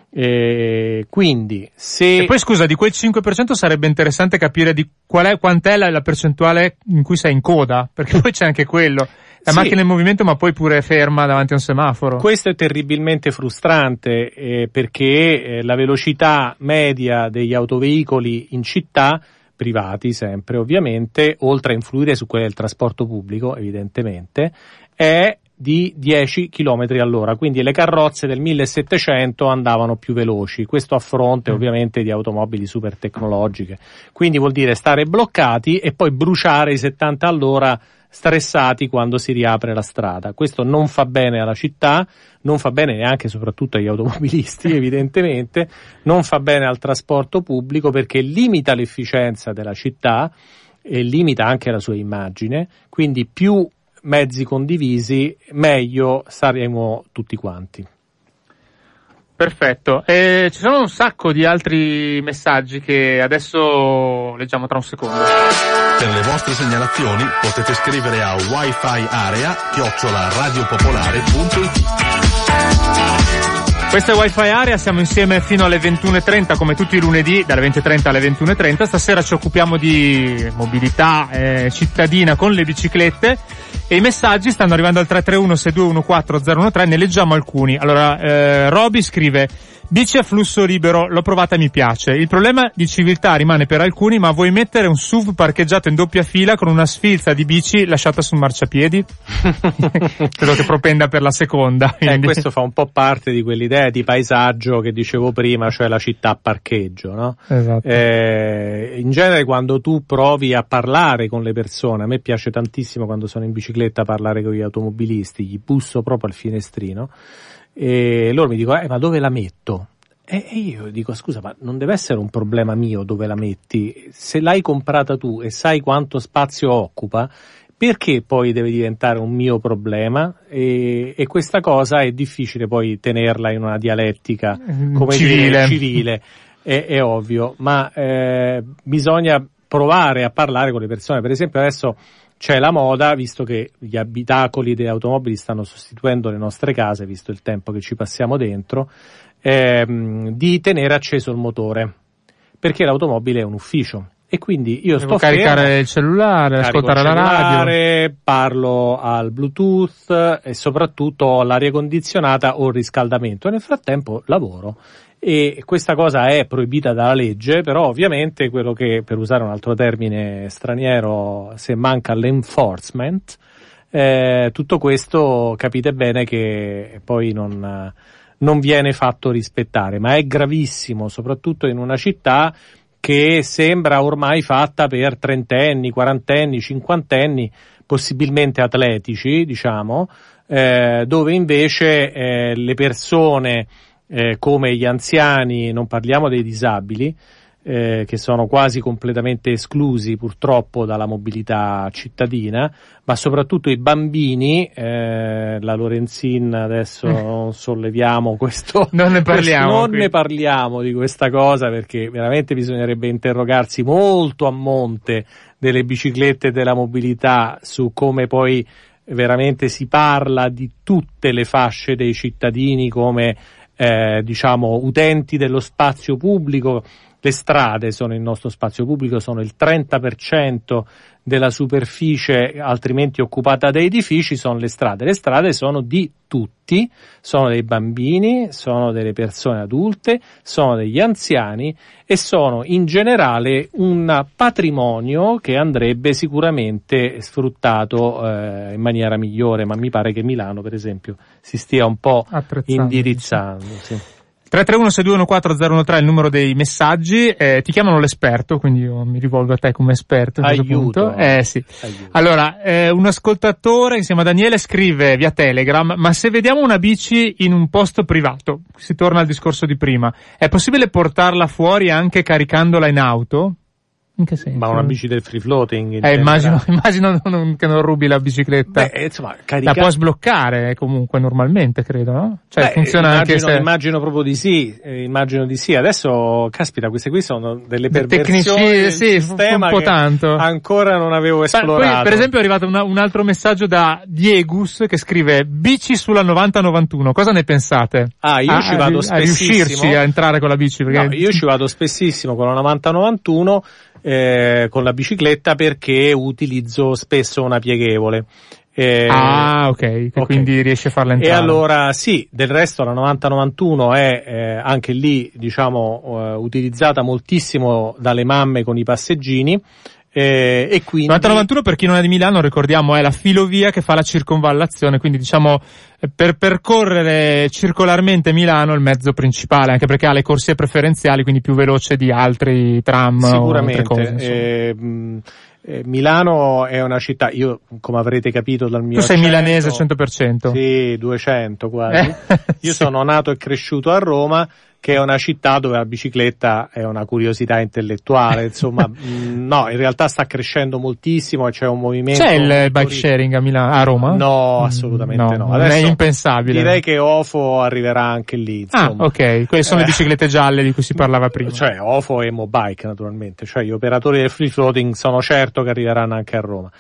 Quindi se... E poi scusa, di quel 5% sarebbe interessante capire di quant'è la percentuale in cui sei in coda, perché poi c'è anche quello. La macchina in movimento ma poi pure ferma davanti a un semaforo. Questo è terribilmente frustrante perché la velocità media degli autoveicoli in città, privati sempre ovviamente, oltre a influire su quella del trasporto pubblico evidentemente, è di 10 km all'ora, quindi le carrozze del 1700 andavano più veloci, questo a fronte ovviamente di automobili super tecnologiche, quindi vuol dire stare bloccati e poi bruciare i 70 all'ora stressati quando si riapre la strada. Questo non fa bene alla città, non fa bene neanche soprattutto agli automobilisti evidentemente, non fa bene al trasporto pubblico perché limita l'efficienza della città e limita anche la sua immagine, quindi più mezzi condivisi meglio saremo tutti quanti. Perfetto, ci sono un sacco di altri messaggi che adesso leggiamo tra un secondo. Per le vostre segnalazioni potete scrivere a wifiarea@radiopopolare.it. Questo è Wi-Fi Area, siamo insieme fino alle 21.30 come tutti i lunedì, dalle 20.30 alle 21.30. Stasera ci occupiamo di mobilità cittadina con le biciclette e i messaggi stanno arrivando al 331-6214013, ne leggiamo alcuni. Allora, Roby scrive: bici a flusso libero, l'ho provata e mi piace. Il problema di civiltà rimane per alcuni, ma vuoi mettere un SUV parcheggiato in doppia fila con una sfilza di bici lasciata sul marciapiedi? Credo che propenda per la seconda. Questo fa un po' parte di quell'idea di paesaggio che dicevo prima, cioè la città a parcheggio, no? Esatto. In genere quando tu provi a parlare con le persone, a me piace tantissimo quando sono in bicicletta parlare con gli automobilisti, gli busso proprio al finestrino, e loro mi dicono ma dove la metto? E io dico scusa, ma non deve essere un problema mio dove la metti, se l'hai comprata tu e sai quanto spazio occupa, perché poi deve diventare un mio problema? E questa cosa è difficile poi tenerla in una dialettica come civile, è ovvio, ma bisogna provare a parlare con le persone. Per esempio adesso c'è la moda, visto che gli abitacoli delle automobili stanno sostituendo le nostre case, visto il tempo che ci passiamo dentro, di tenere acceso il motore, perché l'automobile è un ufficio. E quindi io sto caricare il cellulare, ascoltare la radio, parlo al Bluetooth e soprattutto ho l'aria condizionata o il riscaldamento. E nel frattempo lavoro. E questa cosa è proibita dalla legge, però ovviamente quello che, per usare un altro termine straniero, se manca l'enforcement, tutto questo capite bene che poi non viene fatto rispettare, ma è gravissimo, soprattutto in una città che sembra ormai fatta per trentenni, quarantenni, cinquantenni, possibilmente atletici, diciamo, dove invece le persone come gli anziani, non parliamo dei disabili, che sono quasi completamente esclusi purtroppo dalla mobilità cittadina, ma soprattutto i bambini, la Lorenzin adesso solleviamo questo, non ne parliamo di questa cosa, perché veramente bisognerebbe interrogarsi molto a monte delle biciclette e della mobilità, su come poi veramente si parla di tutte le fasce dei cittadini come diciamo utenti dello spazio pubblico. Le strade sono il nostro spazio pubblico, sono il 30% della superficie altrimenti occupata da edifici, sono le strade. Le strade sono di tutti, sono dei bambini, sono delle persone adulte, sono degli anziani e sono in generale un patrimonio che andrebbe sicuramente sfruttato in maniera migliore, ma mi pare che Milano per esempio si stia un po' indirizzando. Sì. 331-6214013 è il numero dei messaggi, ti chiamano l'esperto, quindi io mi rivolgo a te come esperto a questo punto. Sì. Aiuto. Allora, un ascoltatore che si chiama Daniele scrive via Telegram: ma se vediamo una bici in un posto privato, si torna al discorso di prima, è possibile portarla fuori anche caricandola in auto? In che senso? Ma una bici del free floating? Immagino che non rubi la bicicletta. Beh, insomma, la può sbloccare comunque normalmente, credo, no? Cioè, funziona anche se... Immagino proprio di sì, Adesso, caspita, queste qui sono delle perversioni del sistema un po' tanto. Ancora non avevo esplorato. Poi, per esempio, è arrivato un altro messaggio da Diegus che scrive: bici sulla 90-91, cosa ne pensate? Io ci vado spessissimo. A riuscirci a entrare con la bici? Perché... No, io ci vado spessissimo con la 90-91, con la bicicletta, perché utilizzo spesso una pieghevole. Ok, quindi riesce a farla entrare. E allora sì, del resto la 90-91 è anche lì, diciamo, utilizzata moltissimo dalle mamme con i passeggini. E quindi 90-91, per chi non è di Milano, ricordiamo, è la filovia che fa la circonvallazione, quindi diciamo per percorrere circolarmente Milano il mezzo principale, anche perché ha le corsie preferenziali, quindi più veloce di altri tram. Sicuramente. O altre cose, Milano è una città, io come avrete capito dal mio tu sei accento, milanese 100%. Sì, 200 quasi. Io sono nato e cresciuto a Roma, che è una città dove la bicicletta è una curiosità intellettuale, insomma, no, in realtà sta crescendo moltissimo e c'è un movimento. C'è il bike sharing a Roma? No, assolutamente no. Non Adesso è impensabile. Direi che OFO arriverà anche lì, insomma. Ah, ok, quelle sono le biciclette gialle di cui si parlava prima. Cioè, OFO e Mobike, naturalmente, cioè gli operatori del free floating sono certo che arriveranno anche a Roma.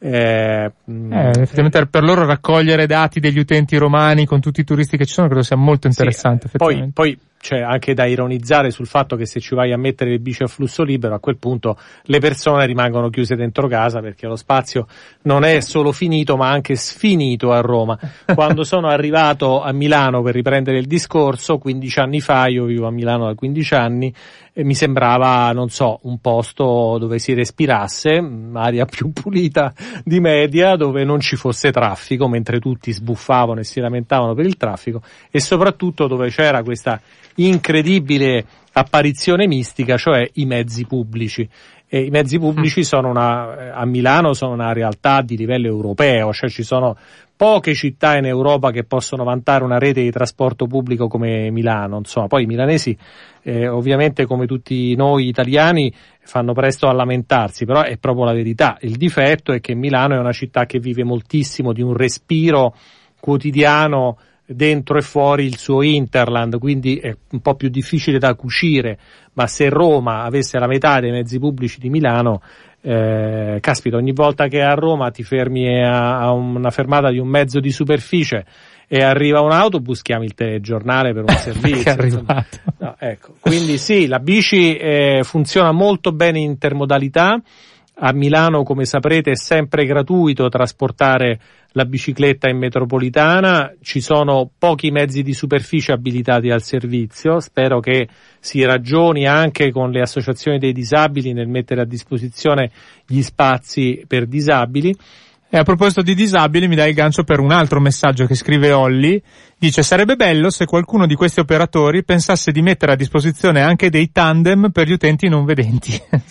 Effettivamente per loro raccogliere dati degli utenti romani con tutti i turisti che ci sono credo sia molto interessante. Sì, poi c'è anche da ironizzare sul fatto che se ci vai a mettere le bici a flusso libero, a quel punto le persone rimangono chiuse dentro casa, perché lo spazio non è solo finito ma anche sfinito a Roma. Quando sono arrivato a Milano per riprendere il discorso 15 anni fa, io vivo a Milano da 15 anni, e mi sembrava, non so, un posto dove si respirasse, aria più pulita di media, dove non ci fosse traffico, mentre tutti sbuffavano e si lamentavano per il traffico, e soprattutto dove c'era questa incredibile apparizione mistica, cioè i mezzi pubblici. E i mezzi pubblici a Milano sono una realtà di livello europeo, cioè ci sono poche città in Europa che possono vantare una rete di trasporto pubblico come Milano, insomma. Poi i milanesi ovviamente, come tutti noi italiani, fanno presto a lamentarsi, però è proprio la verità. Il difetto è che Milano è una città che vive moltissimo di un respiro quotidiano dentro e fuori il suo hinterland, quindi è un po' più difficile da cucire, ma se Roma avesse la metà dei mezzi pubblici di Milano, caspita, ogni volta che a Roma ti fermi a una fermata di un mezzo di superficie e arriva un autobus, chiami il telegiornale per un servizio. È arrivato. No, ecco. Quindi sì, la bici funziona molto bene in intermodalità. A Milano, come saprete, è sempre gratuito trasportare la bicicletta in metropolitana, ci sono pochi mezzi di superficie abilitati al servizio, spero che si ragioni anche con le associazioni dei disabili nel mettere a disposizione gli spazi per disabili. E a proposito di disabili mi dai il gancio per un altro messaggio che scrive Olli, dice: sarebbe bello se qualcuno di questi operatori pensasse di mettere a disposizione anche dei tandem per gli utenti non vedenti.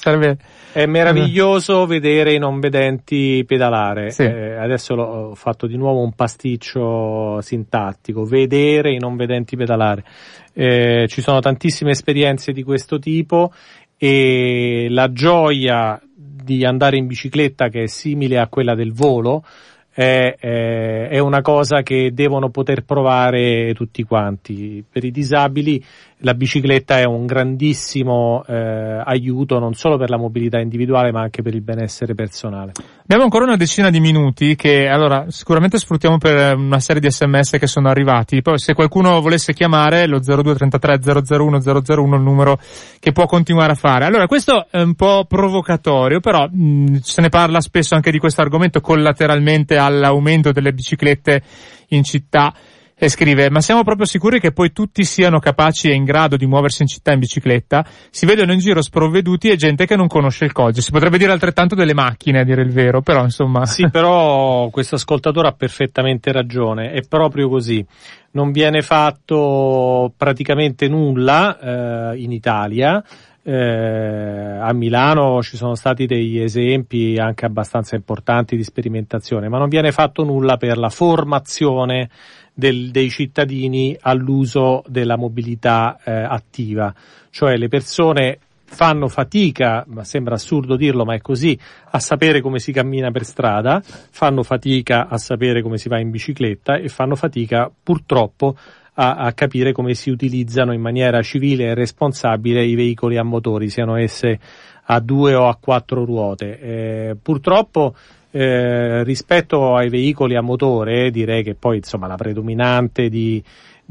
È meraviglioso vedere i non vedenti pedalare. Sì. Adesso ho fatto di nuovo un pasticcio sintattico, vedere i non vedenti pedalare. Ci sono tantissime esperienze di questo tipo e la gioia di andare in bicicletta, che è simile a quella del volo, è una cosa che devono poter provare tutti quanti. Per i disabili la bicicletta è un grandissimo aiuto, non solo per la mobilità individuale ma anche per il benessere personale. Abbiamo ancora una decina di minuti che allora sicuramente sfruttiamo per una serie di SMS che sono arrivati. Poi se qualcuno volesse chiamare lo 0233 001 001 il numero che può continuare a fare. Allora questo è un po' provocatorio, però se ne parla spesso anche di questo argomento collateralmente all'aumento delle biciclette in città. E scrive: ma siamo proprio sicuri che poi tutti siano capaci e in grado di muoversi in città in bicicletta? Si vedono in giro sprovveduti e gente che non conosce il codice. Si potrebbe dire altrettanto delle macchine, a dire il vero, però insomma. Sì, però questo ascoltatore ha perfettamente ragione, è proprio così. Non viene fatto praticamente nulla in Italia. A Milano ci sono stati degli esempi anche abbastanza importanti di sperimentazione, ma non viene fatto nulla per la formazione dei cittadini all'uso della mobilità attiva, cioè le persone fanno fatica, ma sembra assurdo dirlo, ma è così, a sapere come si cammina per strada, fanno fatica a sapere come si va in bicicletta e fanno fatica purtroppo a capire come si utilizzano in maniera civile e responsabile i veicoli a motori, siano esse a 2 o a 4 ruote. Purtroppo rispetto ai veicoli a motore, direi che poi insomma la predominante di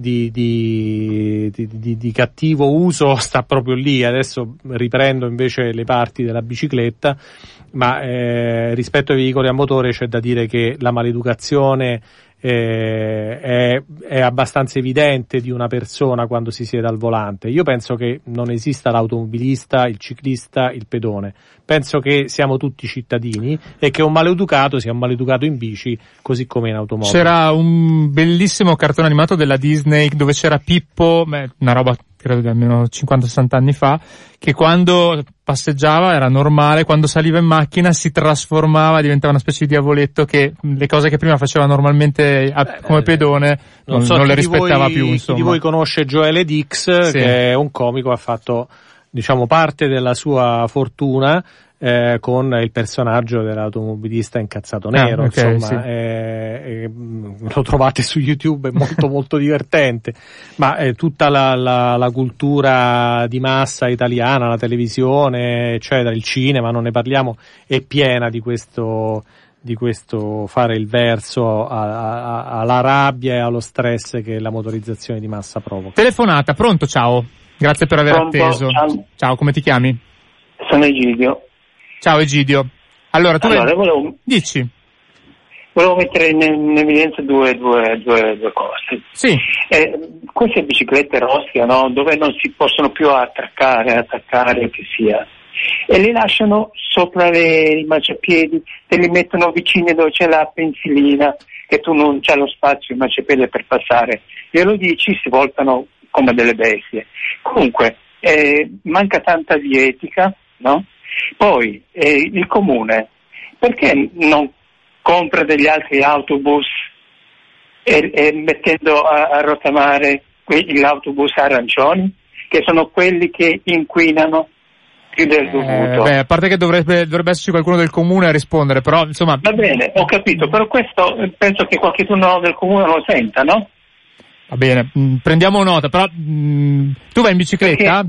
cattivo uso sta proprio lì. Adesso riprendo invece le parti della bicicletta, ma rispetto ai veicoli a motore c'è da dire che la maleducazione è abbastanza evidente di una persona quando si siede al volante. Io penso che non esista l'automobilista, il ciclista, il pedone. Penso che siamo tutti cittadini e che un maleducato sia un maleducato in bici così come in automobile. C'era un bellissimo cartone animato della Disney dove c'era Pippo, una roba credo di almeno 50-60 anni fa, che quando passeggiava era normale, quando saliva in macchina si trasformava, diventava una specie di diavoletto che le cose che prima faceva normalmente come pedone non le rispettava più, insomma. Chi di voi conosce Joelle Dix, sì, che è un comico, ha fatto, diciamo, parte della sua fortuna con il personaggio dell'automobilista incazzato nero, okay, insomma, sì. lo trovate su YouTube, è molto molto divertente, ma tutta la cultura di massa italiana, la televisione, eccetera, il cinema, non ne parliamo, è piena di questo fare il verso alla rabbia e allo stress che la motorizzazione di massa provoca. Telefonata, pronto, ciao, grazie per aver atteso. Ciao, come ti chiami? Sono Egidio. Ciao Egidio. Allora, dici. Volevo mettere in evidenza due cose. Sì. Queste biciclette rossia, no? Dove non si possono più attaccare che sia, e li lasciano sopra i marciapiedi, te li mettono vicini dove c'è la pensilina, che tu non c'è lo spazio in marciapiede per passare. Glielo dici, si voltano come delle bestie. Comunque, manca tanta di etica, no? Poi il comune perché non compra degli altri autobus e mettendo a rottamare gli autobus arancioni, che sono quelli che inquinano più del dovuto? A parte che dovrebbe esserci qualcuno del comune a rispondere, però insomma. Va bene, ho capito, però questo penso che qualcuno del comune lo senta, no? Va bene, prendiamo nota, però tu vai in bicicletta?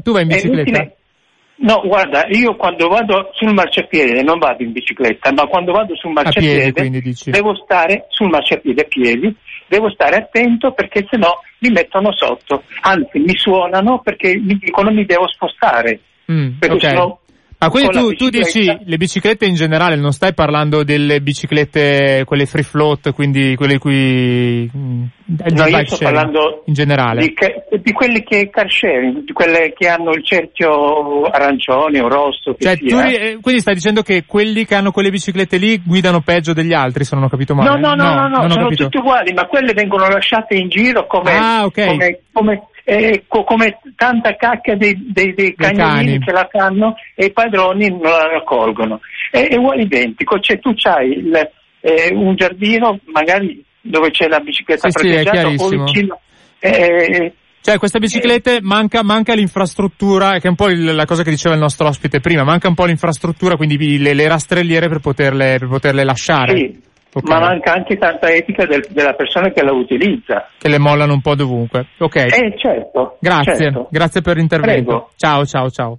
No, guarda, io quando vado sul marciapiede non vado in bicicletta, ma quando vado sul marciapiede devo stare sul marciapiede a piedi, devo stare attento perché sennò mi mettono sotto, anzi mi suonano perché mi dicono mi devo spostare. Perché okay. Ma quindi tu dici le biciclette in generale, non stai parlando delle biciclette, quelle free float, quindi quelle qui no, io sto parlando in generale di quelle che car sharing, di quelle che hanno il cerchio arancione o rosso che sia. Quindi stai dicendo che quelli che hanno quelle biciclette lì guidano peggio degli altri, se non ho capito male? No, sono tutti uguali, ma quelle vengono lasciate in giro come come tanta cacca dei cagnolini che la fanno e i padroni non la raccolgono. È uguale identico, cioè tu c'hai un giardino magari dove c'è la bicicletta parcheggiata o vicino. Cioè queste biciclette manca l'infrastruttura, che è un po' la cosa che diceva il nostro ospite prima, manca un po' l'infrastruttura, quindi le rastrelliere per poterle lasciare. Sì. Okay. Ma manca anche tanta etica della persona che la utilizza. Che le mollano un po' dovunque. Ok. Certo. Grazie per l'intervento. Prego. Ciao.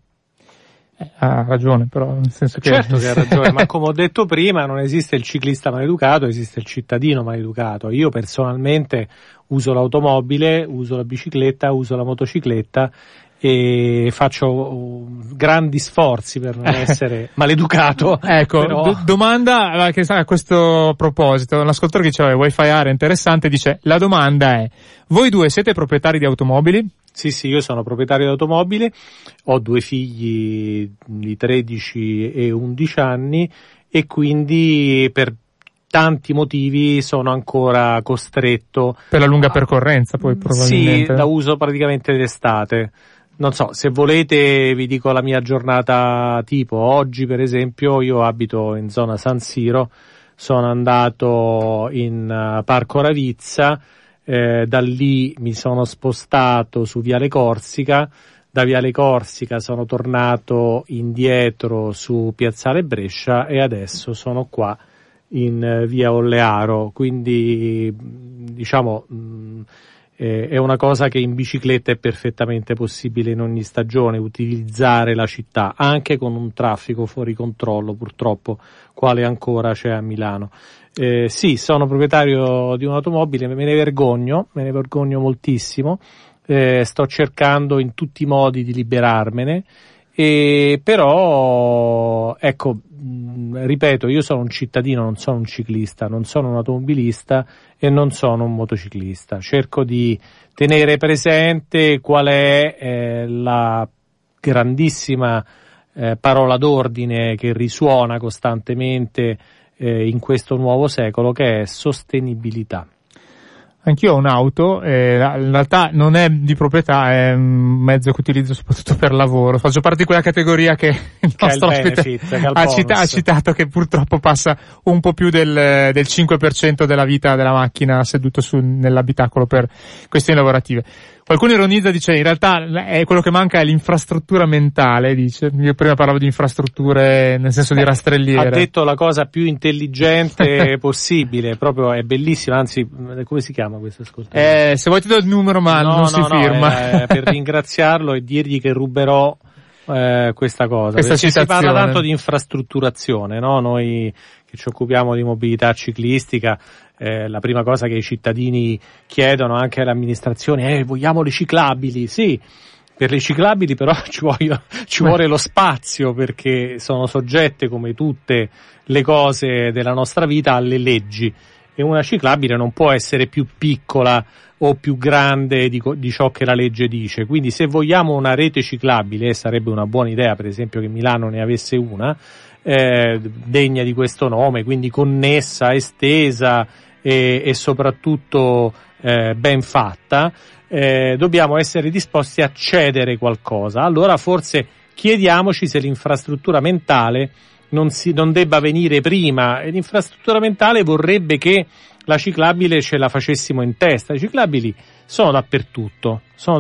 Ha ragione, però nel senso che. Certo che ha ragione, ma come ho detto prima, non esiste il ciclista maleducato, esiste il cittadino maleducato. Io personalmente uso l'automobile, uso la bicicletta, uso la motocicletta e faccio grandi sforzi per non essere maleducato. Ecco, però. Domanda che a questo proposito, un ascoltatore che diceva Wi-Fi area interessante, dice: la domanda è: voi due siete proprietari di automobili? Sì, io sono proprietario di automobile, ho 2 figli di 13 e 11 anni e quindi per tanti motivi sono ancora costretto. Per la lunga percorrenza poi probabilmente. Sì, la uso praticamente d'estate. Non so, se volete vi dico la mia giornata tipo. Oggi per esempio io abito in zona San Siro, sono andato in Parco Ravizza, da lì mi sono spostato su Viale Corsica, da Viale Corsica sono tornato indietro su Piazzale Brescia e adesso sono qua in via Ollearo, quindi diciamo è una cosa che in bicicletta è perfettamente possibile in ogni stagione, utilizzare la città anche con un traffico fuori controllo purtroppo quale ancora c'è a Milano. Sì, sono proprietario di un'automobile, me ne vergogno moltissimo, sto cercando in tutti i modi di liberarmene, però ecco, ripeto, io sono un cittadino, non sono un ciclista, non sono un automobilista e non sono un motociclista. Cerco di tenere presente qual è la grandissima parola d'ordine che risuona costantemente in questo nuovo secolo, che è sostenibilità. Anch'io ho un'auto, in realtà non è di proprietà, è un mezzo che utilizzo soprattutto per lavoro. Faccio parte di quella categoria che il nostro ospite ha citato, che purtroppo passa un po' più del 5% della vita della macchina seduto nell'abitacolo per questioni lavorative. Qualcuno ironizza, dice in realtà quello che manca è l'infrastruttura mentale, dice. Io prima parlavo di infrastrutture nel senso di rastrelliere. Ha detto la cosa più intelligente possibile, proprio è bellissima, anzi, come si chiama questo ascoltatore? Se vuoi ti do il numero, ma non si firma. Per ringraziarlo e dirgli che ruberò questa cosa. Questa si parla tanto di infrastrutturazione, no? Noi che ci occupiamo di mobilità ciclistica, la prima cosa che i cittadini chiedono anche all'amministrazione vogliamo le ciclabili. Sì, per le ciclabili però ci vuole lo spazio, perché sono soggette, come tutte le cose della nostra vita, alle leggi, e una ciclabile non può essere più piccola o più grande di ciò che la legge dice. Quindi se vogliamo una rete ciclabile, sarebbe una buona idea per esempio che Milano ne avesse una degna di questo nome, quindi connessa, estesa e soprattutto ben fatta, dobbiamo essere disposti a cedere qualcosa. Allora forse chiediamoci se l'infrastruttura mentale non debba venire prima. E l'infrastruttura mentale vorrebbe che la ciclabile ce la facessimo in testa. Le ciclabili sono dappertutto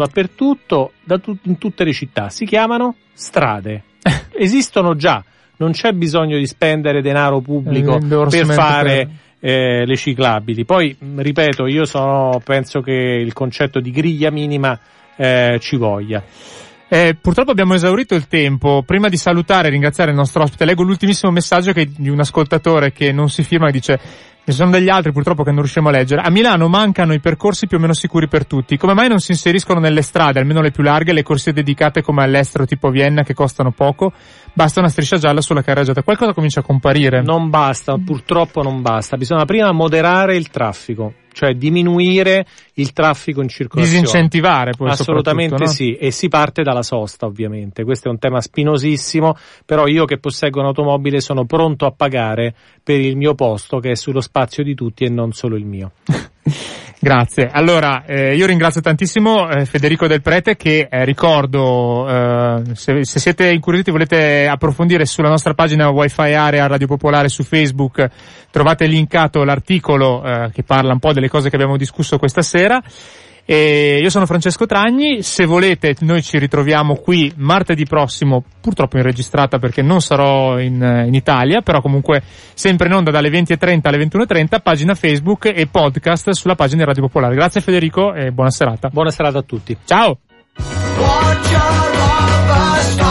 in tutte le città, si chiamano strade, esistono già, non c'è bisogno di spendere denaro pubblico per fare le ciclabili. Poi ripeto, penso che il concetto di griglia minima ci voglia. Purtroppo abbiamo esaurito il tempo. Prima di salutare e ringraziare il nostro ospite, leggo l'ultimissimo messaggio di un ascoltatore che non si firma, che dice: ne sono degli altri purtroppo che non riusciamo a leggere. A Milano mancano i percorsi più o meno sicuri per tutti. Come mai non si inseriscono nelle strade, almeno le più larghe, le corsie dedicate come all'estero tipo Vienna, che costano poco? Basta una striscia gialla sulla carreggiata. Qualcosa comincia a comparire. Non basta, purtroppo non basta. Bisogna prima moderare il traffico, cioè diminuire il traffico in circolazione. Disincentivare poi. Assolutamente no? Sì, e si parte dalla sosta ovviamente. Questo è un tema spinosissimo, però io che posseggo un'automobile sono pronto a pagare per il mio posto, che è sullo spazio di tutti e non solo il mio. Grazie. Allora, io ringrazio tantissimo Federico Del Prete, che ricordo, se siete incuriositi, volete approfondire, sulla nostra pagina Wi-Fi Area Radio Popolare su Facebook trovate linkato l'articolo che parla un po' delle cose che abbiamo discusso questa sera. E io sono Francesco Tragni. Se volete, noi ci ritroviamo qui martedì prossimo, purtroppo in registrata perché non sarò in Italia, però comunque sempre in onda dalle 20:30 alle 21:30, pagina Facebook e podcast sulla pagina di Radio Popolare. Grazie Federico e buona serata. Buona serata a tutti. Ciao.